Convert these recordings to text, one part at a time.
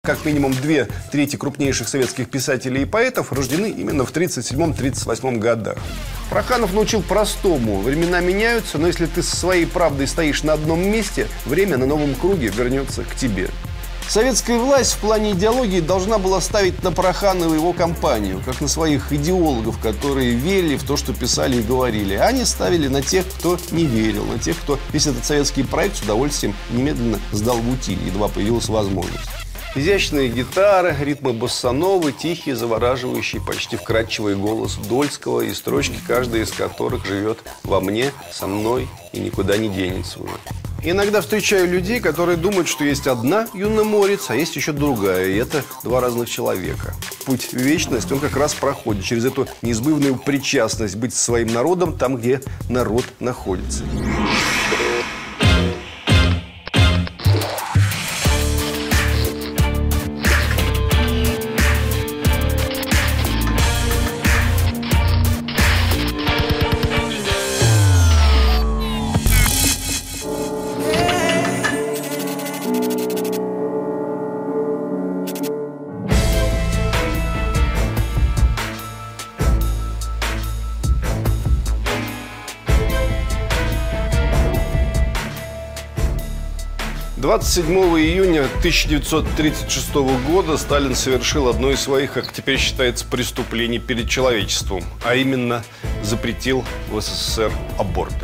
Как минимум 2/3 крупнейших советских писателей и поэтов рождены именно в 1937-1938 годах. Проханов научил простому: времена меняются, но если ты со своей правдой стоишь на одном месте, время на новом круге вернется к тебе. Советская власть в плане идеологии должна была ставить на Проханова и его компанию, как на своих идеологов, которые верили в то, что писали и говорили. А они ставили на тех, кто не верил, на тех, кто весь этот советский проект с удовольствием немедленно сдал в утиль, едва появилась возможность. Изящные гитары, ритмы боссановы, тихий, завораживающий, почти вкрадчивый голос Дольского и строчки, каждая из которых живет во мне, со мной и никуда не денется уже. Иногда встречаю людей, которые думают, что есть одна Юна Морец, а есть еще другая, и это два разных человека. Путь в вечность, он как раз проходит через эту неизбывную причастность быть со своим народом там, где народ находится. «27 июня 1936 года Сталин совершил одно из своих, как теперь считается, преступлений перед человечеством, а именно запретил в СССР аборты.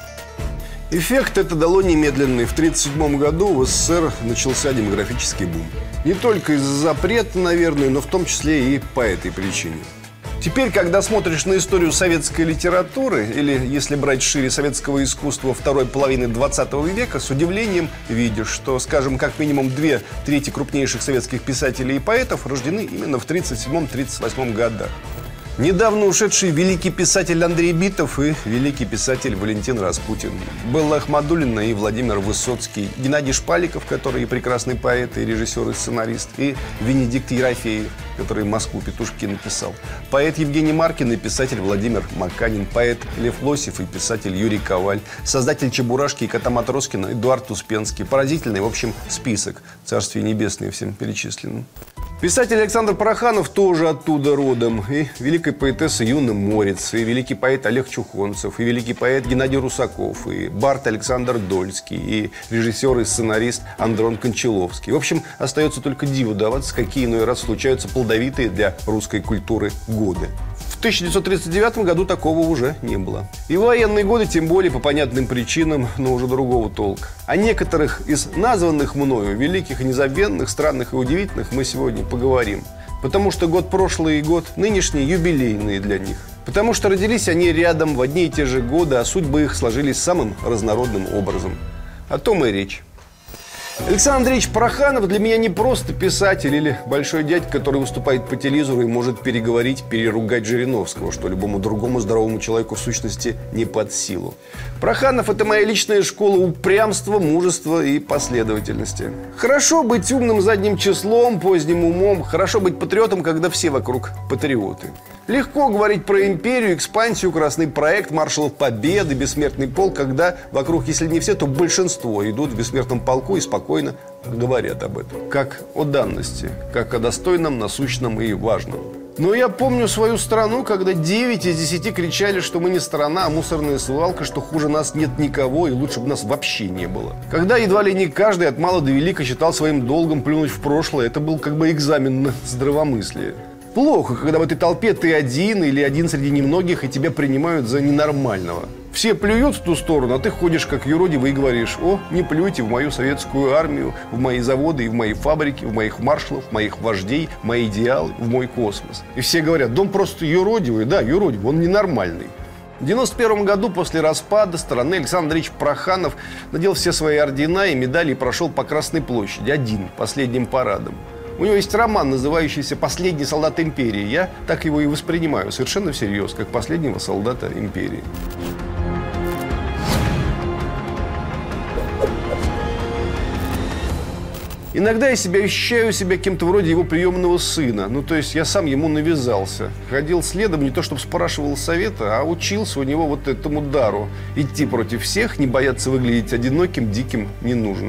Эффект это дало немедленный. В 1937 году в СССР начался демографический бум. Не только из-за запрета, наверное, но в том числе и по этой причине. Теперь, когда смотришь на историю советской литературы, или, если брать шире, советского искусства второй половины 20 века, с удивлением видишь, что, скажем, как минимум 2/3 крупнейших советских писателей и поэтов рождены именно в 1937-1938 годах. Недавно ушедший великий писатель Андрей Битов и великий писатель Валентин Распутин, Белла Ахмадуллина и Владимир Высоцкий, Геннадий Шпаликов, который и прекрасный поэт, и режиссер, и сценарист, и Венедикт Ерофеев, который «Москву петушки» написал, поэт Евгений Маркин и писатель Владимир Маканин, поэт Лев Лосев и писатель Юрий Коваль, создатель «Чебурашки» и «Кота Матроскина» Эдуард Успенский. Поразительный, в общем, список. Царствие небесное всем перечисленным. Писатель Александр Проханов тоже оттуда родом. И великая поэтесса Юна Морец, и великий поэт Олег Чухонцев, и великий поэт Геннадий Русаков, и бард Александр Дольский, и режиссер и сценарист Андрон Кончаловский. В общем, остается только диву даваться, какие иной раз случаются плодовитые для русской культуры годы. В 1939 году такого уже не было. И в военные годы, тем более, по понятным причинам, но уже другого толка. О некоторых из названных мною великих и незабвенных, странных и удивительных мы сегодня поговорим. Потому что год прошлый и год нынешний юбилейные для них. Потому что родились они рядом в одни и те же годы, а судьбы их сложились самым разнородным образом. О том и речь. Александр Андреевич Проханов для меня не просто писатель или большой дядь, который выступает по телевизору и может переговорить, переругать Жириновского, что любому другому здоровому человеку в сущности не под силу. Проханов – это моя личная школа упрямства, мужества и последовательности. Хорошо быть умным задним числом, поздним умом, хорошо быть патриотом, когда все вокруг патриоты. Легко говорить про империю, экспансию, красный проект, маршалов победы, бессмертный полк, когда вокруг, если не все, то большинство идут в бессмертном полку и спокойно говорят об этом. Как о данности, как о достойном, насущном и важном. Но я помню свою страну, когда 9 из 10 кричали, что мы не страна, а мусорная свалка, что хуже нас нет никого и лучше бы нас вообще не было. Когда едва ли не каждый от мала до велика считал своим долгом плюнуть в прошлое, это был как бы экзамен на здравомыслие. Плохо, когда в этой толпе ты один или один среди немногих, и тебя принимают за ненормального. Все плюют в ту сторону, а ты ходишь как юродивый и говоришь: о, не плюйте в мою советскую армию, в мои заводы и в мои фабрики, в моих маршалов, в моих вождей, в мои идеалы, в мой космос. И все говорят: да он просто юродивый, да, юродивый, он ненормальный. В 1991 году после распада страны Александр Андреевич Проханов надел все свои ордена и медали и прошел по Красной площади один, последним парадом. У него есть роман, называющийся «Последний солдат империи». Я так его и воспринимаю совершенно всерьез, как последнего солдата империи. Иногда я ощущаю себя кем-то вроде его приемного сына. Ну, то есть я сам ему навязался. Ходил следом не то, чтобы спрашивал совета, а учился у него вот этому дару. Идти против всех, не бояться выглядеть одиноким, диким, ненужным.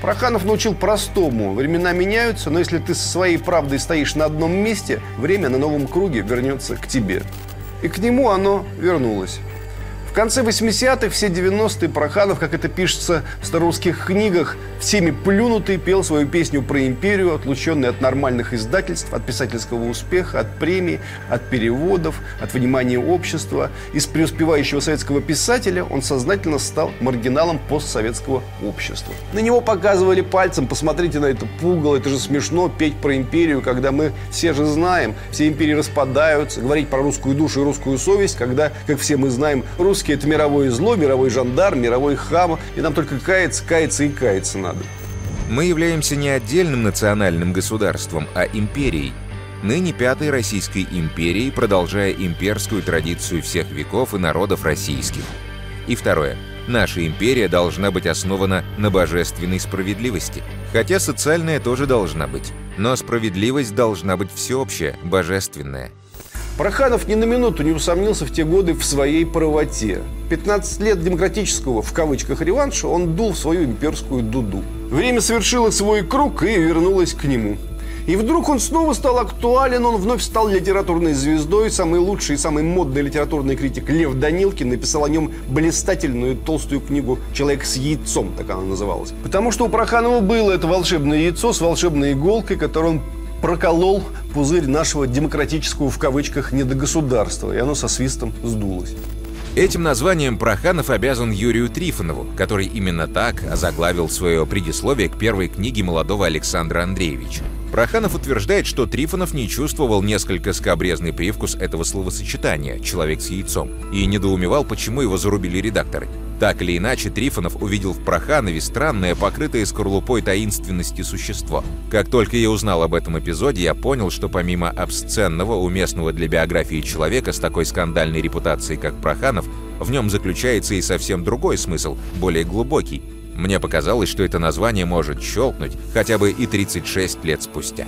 Проханов научил простому: времена меняются, но если ты со своей правдой стоишь на одном месте, время на новом круге вернется к тебе. И к нему оно вернулось. В конце 80-х, все 90-е Проханов, как это пишется в старорусских книгах, всеми плюнутый пел свою песню про империю, отлученный от нормальных издательств, от писательского успеха, от премий, от переводов, от внимания общества. Из преуспевающего советского писателя он сознательно стал маргиналом постсоветского общества. На него показывали пальцем: посмотрите на это пугало, это же смешно петь про империю, когда мы все же знаем, все империи распадаются, говорить про русскую душу и русскую совесть, когда, как все мы знаем, русские — это мировое зло, мировой жандарм, мировой хам, и нам только каяться, каяться и каяться надо. Мы являемся не отдельным национальным государством, а империей. Ныне Пятой Российской империей, продолжая имперскую традицию всех веков и народов российских. И второе. Наша империя должна быть основана на божественной справедливости. Хотя социальная тоже должна быть. Но справедливость должна быть всеобщая, божественная. Проханов ни на минуту не усомнился в те годы в своей правоте. 15 лет демократического, в кавычках, реванша он дул в свою имперскую дуду. Время совершило свой круг и вернулось к нему. И вдруг он снова стал актуален, он вновь стал литературной звездой. Самый лучший и самый модный литературный критик Лев Данилкин написал о нем блистательную толстую книгу «Человек с яйцом», так она называлась. Потому что у Проханова было это волшебное яйцо с волшебной иголкой, которое он проколол пузырь нашего демократического, в кавычках, недогосударства, и оно со свистом сдулось. Этим названием Проханов обязан Юрию Трифонову, который именно так озаглавил свое предисловие к первой книге молодого Александра Андреевича. Проханов утверждает, что Трифонов не чувствовал несколько скабрезный привкус этого словосочетания «человек с яйцом» и недоумевал, почему его зарубили редакторы. Так или иначе, Трифонов увидел в Проханове странное, покрытое скорлупой таинственности существо. Как только я узнал об этом эпизоде, я понял, что помимо обсценного, уместного для биографии человека с такой скандальной репутацией, как Проханов, в нем заключается и совсем другой смысл, более глубокий. Мне показалось, что это название может щелкнуть хотя бы и 36 лет спустя.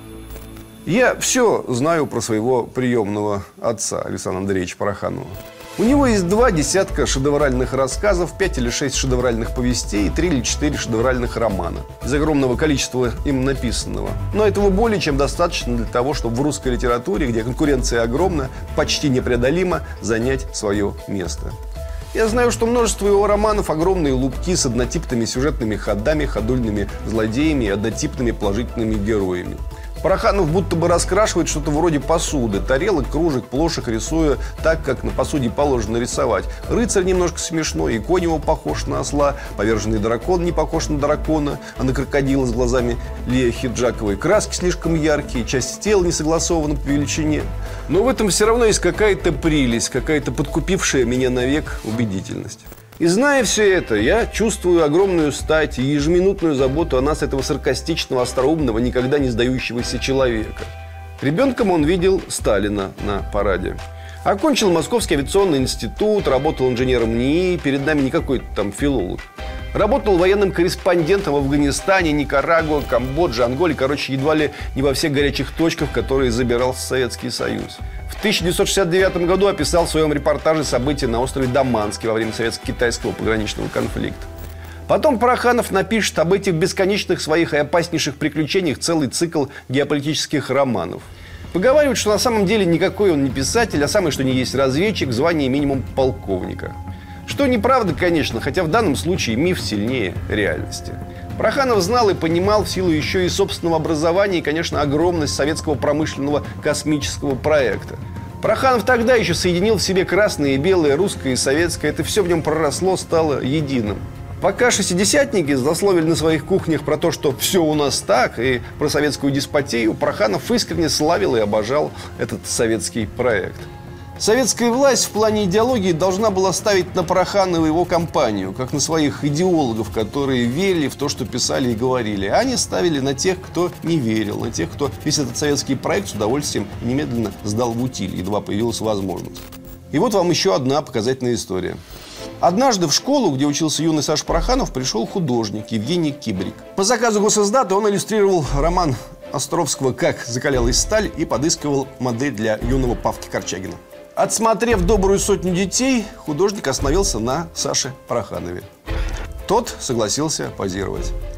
Я все знаю про своего приемного отца Александра Андреевича Проханова. У него есть 2 десятка шедевральных рассказов, 5 или 6 шедевральных повестей и 3 или 4 шедевральных романа. Из огромного количества им написанного. Но этого более чем достаточно для того, чтобы в русской литературе, где конкуренция огромна, почти непреодолима, занять свое место. Я знаю, что множество его романов — огромные лупки с однотипными сюжетными ходами, ходульными злодеями и однотипными положительными героями. Проханов будто бы раскрашивает что-то вроде посуды, тарелок, кружек, плошек, рисуя так, как на посуде положено рисовать. Рыцарь немножко смешной, и конь его похож на осла, поверженный дракон не похож на дракона, а на крокодила с глазами Леи Хиджаковой. Краски слишком яркие, часть тела не согласована по величине. Но в этом все равно есть какая-то прелесть, какая-то подкупившая меня навек убедительность. И зная все это, я чувствую огромную стать и ежеминутную заботу о нас, этого саркастичного, остроумного, никогда не сдающегося человека. Ребенком он видел Сталина на параде. Окончил Московский авиационный институт, работал инженером НИИ, перед нами не какой-то там филолог. Работал военным корреспондентом в Афганистане, Никарагуа, Камбодже, Анголе, короче, едва ли не во всех горячих точках, которые забирался Советский Союз. В 1969 году описал в своем репортаже события на острове Даманский во время советско-китайского пограничного конфликта. Потом Проханов напишет об этих бесконечных своих и опаснейших приключениях целый цикл геополитических романов. Поговаривают, что на самом деле никакой он не писатель, а самый что ни есть разведчик, звание минимум полковника. Что неправда, конечно, хотя в данном случае миф сильнее реальности. Проханов знал и понимал в силу еще и собственного образования и, конечно, огромность советского промышленного космического проекта. Проханов тогда еще соединил в себе красное и белое, русское и советское. Это все в нем проросло, стало единым. Пока шестидесятники злословили на своих кухнях про то, что все у нас так, и про советскую деспотию, Проханов искренне славил и обожал этот советский проект. Советская власть в плане идеологии должна была ставить на Проханова и его компанию, как на своих идеологов, которые верили в то, что писали и говорили. А они ставили на тех, кто не верил, на тех, кто весь этот советский проект с удовольствием немедленно сдал в утиль, едва появилась возможность. И вот вам еще одна показательная история. Однажды в школу, где учился юный Саша Проханов, пришел художник Евгений Кибрик. По заказу госиздата он иллюстрировал роман Островского «Как закалялась сталь» и подыскивал модель для юного Павки Корчагина. Отсмотрев добрую сотню детей, художник остановился на Саше Проханове. Тот согласился позировать.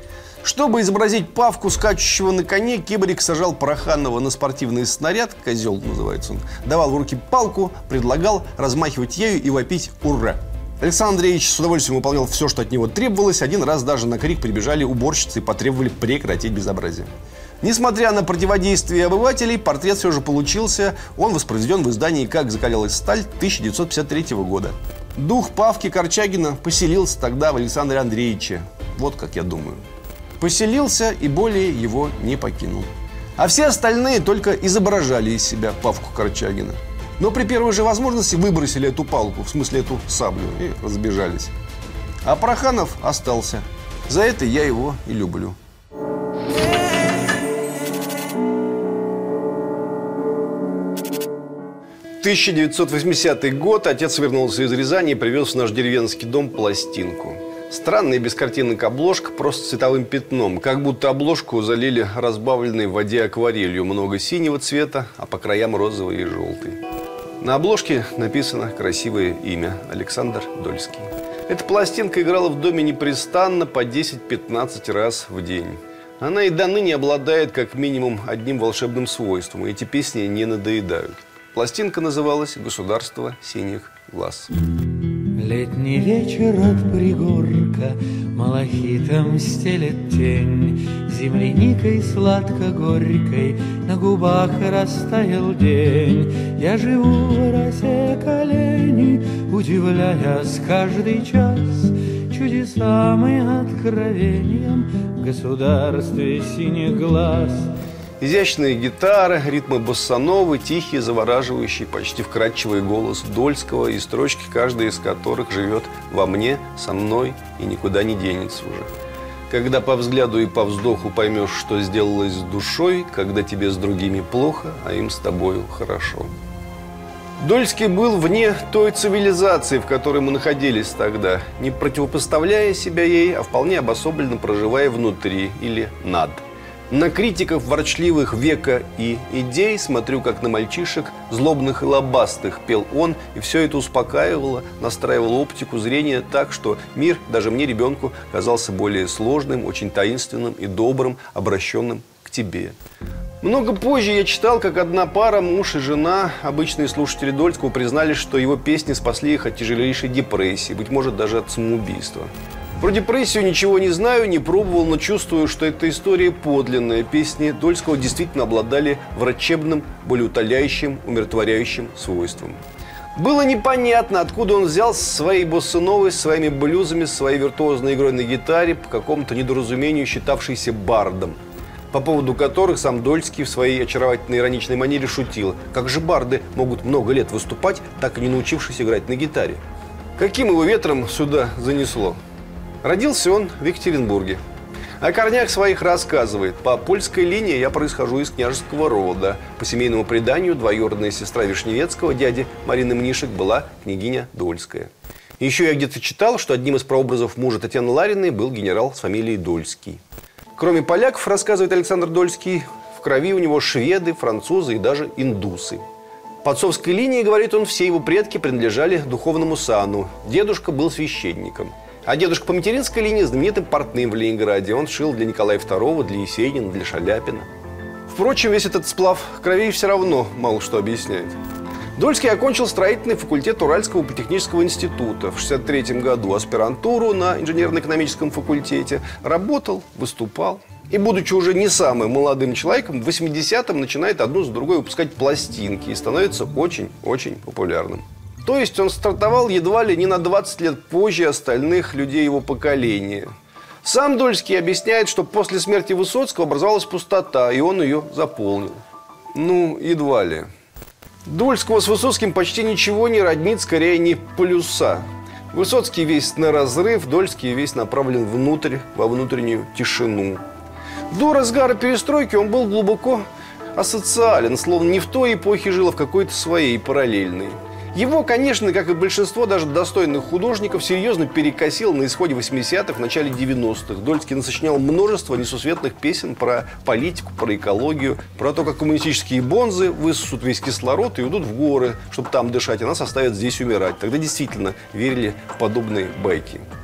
Чтобы изобразить Павку, скачущего на коне, Кибрик сажал Проханова на спортивный снаряд, козел называется он, давал в руки палку, предлагал размахивать ею и вопить «Ура!». Александр Андреевич с удовольствием выполнял все, что от него требовалось. Один раз даже на крик прибежали уборщицы и потребовали прекратить безобразие. Несмотря на противодействие обывателей, портрет все же получился. Он воспроизведен в издании «Как закалялась сталь» 1953 года. Дух Павки Корчагина поселился тогда в Александре Андреевиче. Вот как я думаю. Поселился и более его не покинул. А все остальные только изображали из себя Павку Корчагина. Но при первой же возможности выбросили эту палку, в смысле эту саблю, и разбежались. А Проханов остался. За это я его и люблю. В 1980 год отец вернулся из Рязани и привез в наш деревенский дом пластинку. Странная без картинок обложка, просто цветовым пятном. Как будто обложку залили разбавленной в воде акварелью. Много синего цвета, а по краям розовый и желтый. На обложке написано красивое имя – Александр Дольский. Эта пластинка играла в доме непрестанно по 10-15 раз в день. Она и до ныне обладает как минимум одним волшебным свойством, и эти песни не надоедают. Пластинка называлась «Государство синих глаз». Летний вечер от пригорка малахитом стелет тень, земляникой сладко-горькой на губах растаял день. Я живу в росе колени, удивляясь каждый час чудесам и откровениям в государстве синих глаз. Изящные гитары, ритмы боссановы, тихий, завораживающий, почти вкрадчивый голос Дольского и строчки, каждая из которых живет во мне, со мной и никуда не денется уже. Когда по взгляду и по вздоху поймешь, что сделалось с душой, когда тебе с другими плохо, а им с тобою хорошо. Дольский был вне той цивилизации, в которой мы находились тогда, не противопоставляя себя ей, а вполне обособленно проживая внутри или над. На критиков ворчливых века и идей смотрю, как на мальчишек, злобных и лобастых, пел он, и все это успокаивало, настраивало оптику зрения так, что мир, даже мне, ребенку, казался более сложным, очень таинственным и добрым, обращенным к тебе. Много позже я читал, как одна пара, муж и жена, обычные слушатели Дольского, признались, что его песни спасли их от тяжелейшей депрессии, быть может, даже от самоубийства. Про депрессию ничего не знаю, не пробовал, но чувствую, что эта история подлинная. Песни Дольского действительно обладали врачебным, болеутоляющим, умиротворяющим свойством. Было непонятно, откуда он взял своей боссановой, своими блюзами, своей виртуозной игрой на гитаре, по какому-то недоразумению считавшийся бардом, по поводу которых сам Дольский в своей очаровательной ироничной манере шутил. Как же барды могут много лет выступать, так и не научившись играть на гитаре? Каким его ветром сюда занесло? Родился он в Екатеринбурге. О корнях своих рассказывает. По польской линии я происхожу из княжеского рода. По семейному преданию, двоюродная сестра Вишневецкого, дяди Марины Мнишек, была княгиня Дольская. Еще я где-то читал, что одним из прообразов мужа Татьяны Лариной был генерал с фамилией Дольский. Кроме поляков, рассказывает Александр Дольский, в крови у него шведы, французы и даже индусы. По отцовской линии, говорит он, все его предки принадлежали духовному сану. Дедушка был священником. А дедушка по материнской линии знаменитым портным в Ленинграде. Он шил для Николая II, для Есенина, для Шаляпина. Впрочем, весь этот сплав кровей все равно мало что объясняет. Дольский окончил строительный факультет Уральского политехнического института в 1963 году, аспирантуру на инженерно-экономическом факультете, работал, выступал. И, будучи уже не самым молодым человеком, в 80-м начинает одну за другой выпускать пластинки и становится очень-очень популярным. То есть он стартовал едва ли не на 20 лет позже остальных людей его поколения. Сам Дольский объясняет, что после смерти Высоцкого образовалась пустота, и он ее заполнил. Ну, едва ли. Дольского с Высоцким почти ничего не роднит, скорее не полюса. Высоцкий весь на разрыв, Дольский весь направлен внутрь, во внутреннюю тишину. До разгара перестройки он был глубоко асоциален, словно не в той эпохе жил, а в какой-то своей параллельной. Его, конечно, как и большинство даже достойных художников, серьезно перекосил на исходе 80-х, в начале 90-х. Дольский насочинял множество несусветных песен про политику, про экологию, про то, как коммунистические бонзы высосут весь кислород и уйдут в горы, чтобы там дышать, а нас оставят здесь умирать. Тогда действительно верили в подобные байки.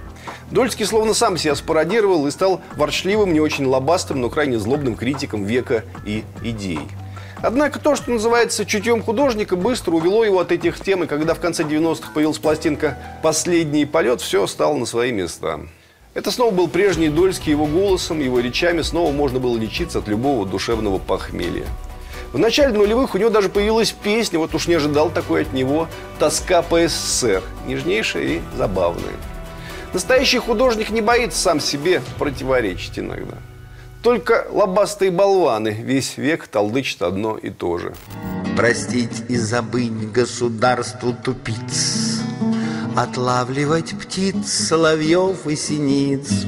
Дольский словно сам себя спародировал и стал ворчливым, не очень лобастым, но крайне злобным критиком века и идей. Однако то, что называется чутьем художника, быстро увело его от этих тем, и когда в конце 90-х появилась пластинка «Последний полет», все стало на свои места. Это снова был прежний Дольский, его голосом, его речами снова можно было лечиться от любого душевного похмелья. В начале нулевых у него даже появилась песня, вот уж не ожидал такой от него, «Тоска по СССР», нежнейшая и забавная. Настоящий художник не боится сам себе противоречить иногда. Только лобастые болваны весь век толдычат одно и то же. Простить и забыть государству тупиц, отлавливать птиц, соловьев и синиц,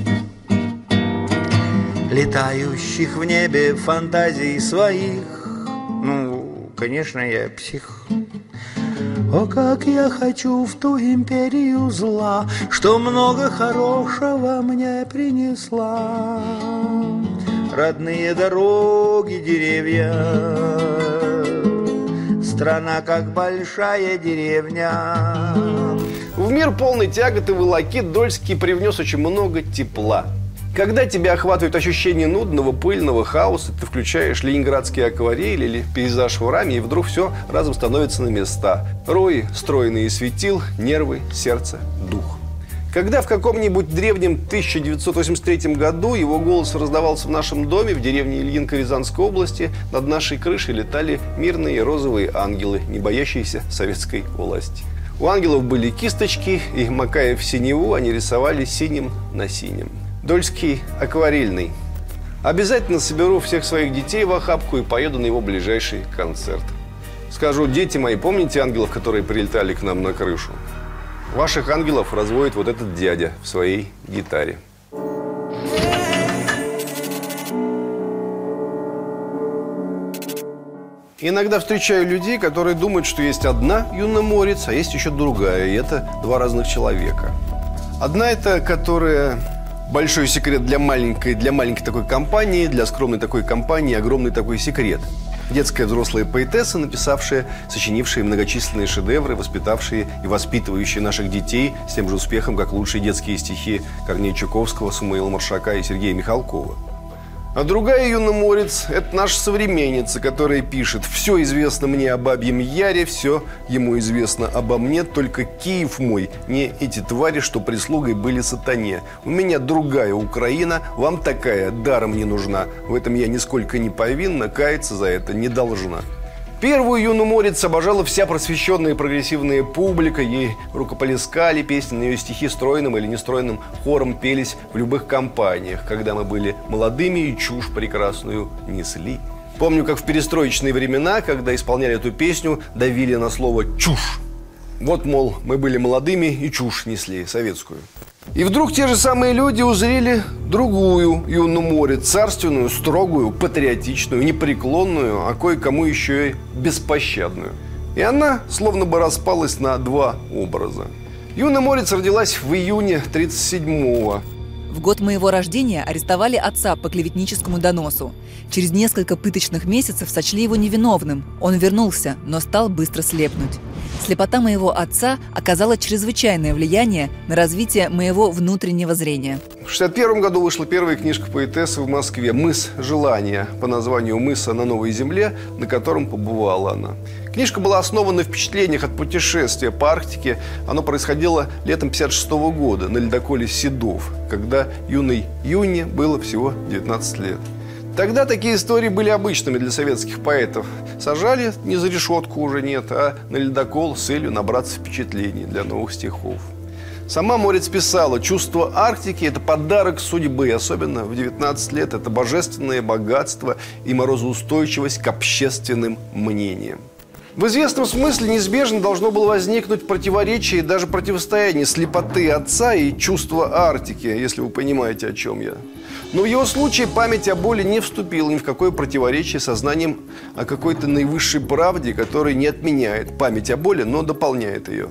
летающих в небе фантазий своих. Ну, конечно, я псих. О, как я хочу в ту империю зла, что много хорошего мне принесла. Родные дороги, деревья, страна как большая деревня. В мир полный тяготы и волокит Дольский привнес очень много тепла. Когда тебя охватывает ощущение нудного, пыльного хаоса, ты включаешь ленинградский акварель или пейзаж в раме, и вдруг все разом становится на места. Рои, стройные светил, нервы, сердце, дух. Когда в каком-нибудь древнем 1983 году его голос раздавался в нашем доме в деревне Ильинка Рязанской области, над нашей крышей летали мирные розовые ангелы, не боящиеся советской власти. У ангелов были кисточки, и, макая в синеву, они рисовали синим на синем. Дольский акварельный. Обязательно соберу всех своих детей в охапку и поеду на его ближайший концерт. Скажу: дети мои, помните ангелов, которые прилетали к нам на крышу? Ваших ангелов разводит вот этот дядя в своей гитаре. Иногда встречаю людей, которые думают, что есть одна Юна Морец, а есть еще другая, и это два разных человека. Одна – это которая большой секрет для маленькой такой компании, для скромной такой компании огромный такой секрет. Детская взрослая поэтесса, написавшая, сочинившая многочисленные шедевры, воспитавшие и воспитывающие наших детей с тем же успехом, как лучшие детские стихи Корнея Чуковского, Самуила Маршака и Сергея Михалкова. А другая Юна Морец – это наша современница, которая пишет: «Все известно мне о Бабьем Яре, все ему известно обо мне, только Киев мой, не эти твари, что прислугой были сатане. У меня другая Украина, вам такая даром не нужна. В этом я нисколько не повинна, каяться за это не должна». Первую Юну Морец обожала вся просвещенная и прогрессивная публика. Ей рукоплескали, песни на ее стихи стройным или нестройным хором пелись в любых компаниях, когда мы были молодыми и чушь прекрасную несли. Помню, как в перестроечные времена, когда исполняли эту песню, давили на слово «чушь». Вот, мол, мы были молодыми и чушь несли, советскую. И вдруг те же самые люди узрели другую Юну Морец, царственную, строгую, патриотичную, непреклонную, а кое-кому еще и беспощадную. И она словно бы распалась на два образа. Юна Морец родилась в июне 1937-го. В год моего рождения арестовали отца по клеветническому доносу. Через несколько пыточных месяцев сочли его невиновным. Он вернулся, но стал быстро слепнуть. Слепота моего отца оказала чрезвычайное влияние на развитие моего внутреннего зрения. В 1961 году вышла первая книжка поэтессы в Москве «Мыс желания», по названию мыса на новой земле, на котором побывала она. Книжка была основана на впечатлениях от путешествия по Арктике. Оно происходило летом 1956 года на ледоколе «Седов», когда юной Юне было всего 19 лет. Тогда такие истории были обычными для советских поэтов. Сажали не за решетку уже нет, а на ледокол с целью набраться впечатлений для новых стихов. Сама Морец писала: «Чувство Арктики – это подарок судьбы, особенно в 19 лет. Это божественное богатство и морозоустойчивость к общественным мнениям». В известном смысле неизбежно должно было возникнуть противоречие и даже противостояние слепоты отца и чувства Арктики, если вы понимаете, о чем я. Но в его случае память о боли не вступила ни в какое противоречие со знанием о какой-то наивысшей правде, которая не отменяет память о боли, но дополняет ее.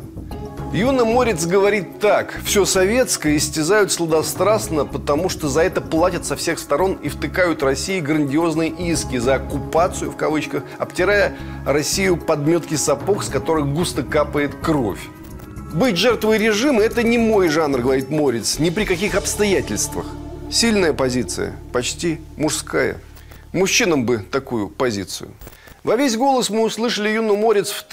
Юна Морец говорит так: «Все советское истязают сладострастно, потому что за это платят со всех сторон и втыкают России грандиозные иски за оккупацию, в кавычках, обтирая Россию подметки сапог, с которых густо капает кровь». Быть жертвой режима – это не мой жанр, говорит Морец, ни при каких обстоятельствах. Сильная позиция, почти мужская. Мужчинам бы такую позицию. Во весь голос мы услышали Юну Морец в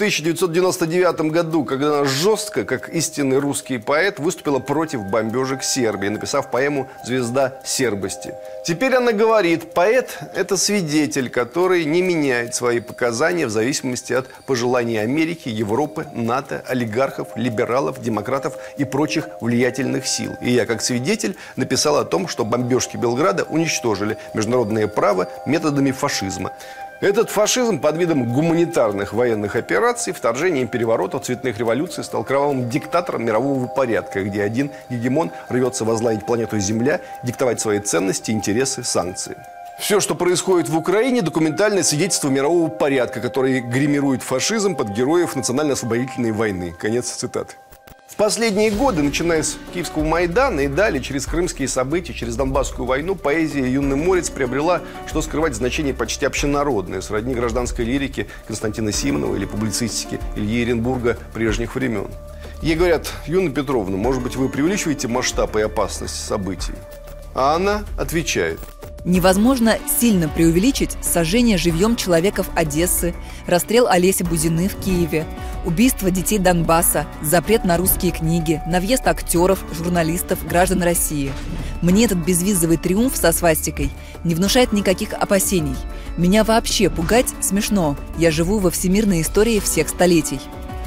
1999 году, когда она жестко, как истинный русский поэт, выступила против бомбежек Сербии, написав поэму «Звезда сербости». Теперь она говорит, поэт – это свидетель, который не меняет свои показания в зависимости от пожеланий Америки, Европы, НАТО, олигархов, либералов, демократов и прочих влиятельных сил. И я, как свидетель, написал о том, что бомбежки Белграда уничтожили международное право методами фашизма. Этот фашизм под видом гуманитарных военных операций, вторжения, переворотов, цветных революций стал кровавым диктатором мирового порядка, где один гегемон рвется возглавить планету Земля, диктовать свои ценности, интересы, санкции. Все, что происходит в Украине, документальное свидетельство мирового порядка, который гримирует фашизм под героев национально-освободительной войны. Конец цитаты. В последние годы, начиная с Киевского Майдана и далее, через крымские события, через Донбасскую войну, поэзия Юны Морец приобрела, что скрывать, значение почти общенародное, сродни гражданской лирике Константина Симонова или публицистики Ильи Эренбурга прежних времен. Ей говорят: Юна Петровна, может быть, вы преувеличиваете масштаб и опасность событий? А она отвечает: невозможно сильно преувеличить сожжение живьем человеков Одессы, расстрел Олеси Бузины в Киеве, убийство детей Донбасса, запрет на русские книги, на въезд актеров, журналистов, граждан России. Мне этот безвизовый триумф со свастикой не внушает никаких опасений. Меня вообще пугать смешно. Я живу во всемирной истории всех столетий.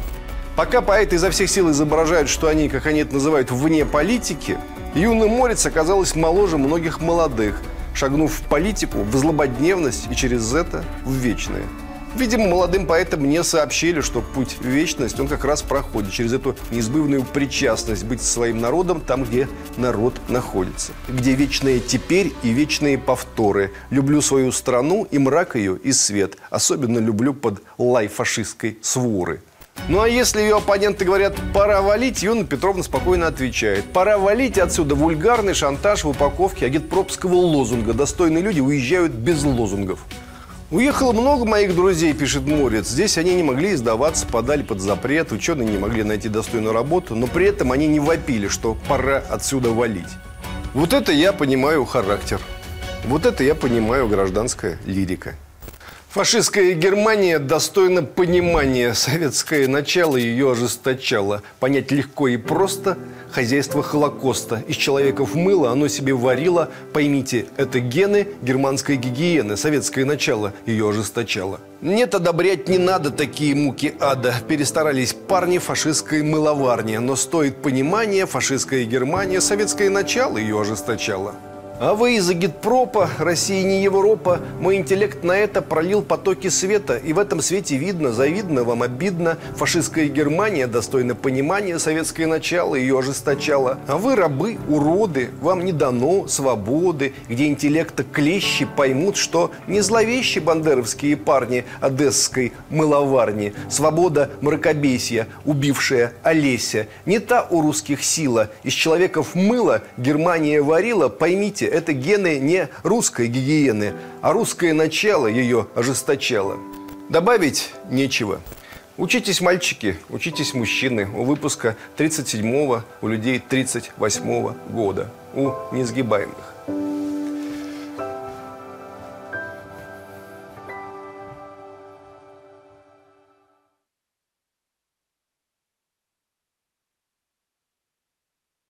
Пока поэты изо всех сил изображают, что они, как они это называют, вне политики, Юна Морец оказалась моложе многих молодых, шагнув в политику, в злободневность и через это в вечное. Видимо, молодым поэтам не сообщили, что путь в вечность, он как раз проходит через эту неизбывную причастность быть со своим народом там, где народ находится. Где вечное теперь и вечные повторы. Люблю свою страну и мрак ее, и свет. Особенно люблю под лай фашистской своры. Ну а если ее оппоненты говорят «пора валить», Юна Петровна спокойно отвечает: «Пора валить отсюда вульгарный шантаж в упаковке агитпропского лозунга. Достойные люди уезжают без лозунгов». Уехало много моих друзей, пишет Морец. Здесь они не могли издаваться, подали под запрет, ученые не могли найти достойную работу, но при этом они не вопили, что пора отсюда валить. Вот это я понимаю характер. Вот это я понимаю гражданская лирика. Фашистская Германия достойна понимания. Советское начало ее ожесточало. Понять легко и просто хозяйство Холокоста. Из человеков мыло, оно себе варило. Поймите, это гены германской гигиены. Советское начало ее ожесточало. Нет, одобрять не надо такие муки ада. Перестарались парни фашистской мыловарни. Но стоит понимания, фашистская Германия, советское начало ее ожесточало. А вы из агитпропа, Россия не Европа, мой интеллект на это пролил потоки света. И в этом свете видно, завидно, вам обидно. Фашистская Германия достойна понимания, советское начало ее ожесточало. А вы рабы, уроды, вам не дано свободы, где интеллекта клещи поймут, что не зловещие бандеровские парни одесской мыловарни. Свобода мракобесия, убившая Олеся. Не та у русских сила, из человеков мыло Германия варила, поймите, это гены не русской гигиены, а русское начало ее ожесточало. Добавить нечего. Учитесь, мальчики, учитесь, мужчины. У выпуска 37-го, у людей 38-го года. У несгибаемых.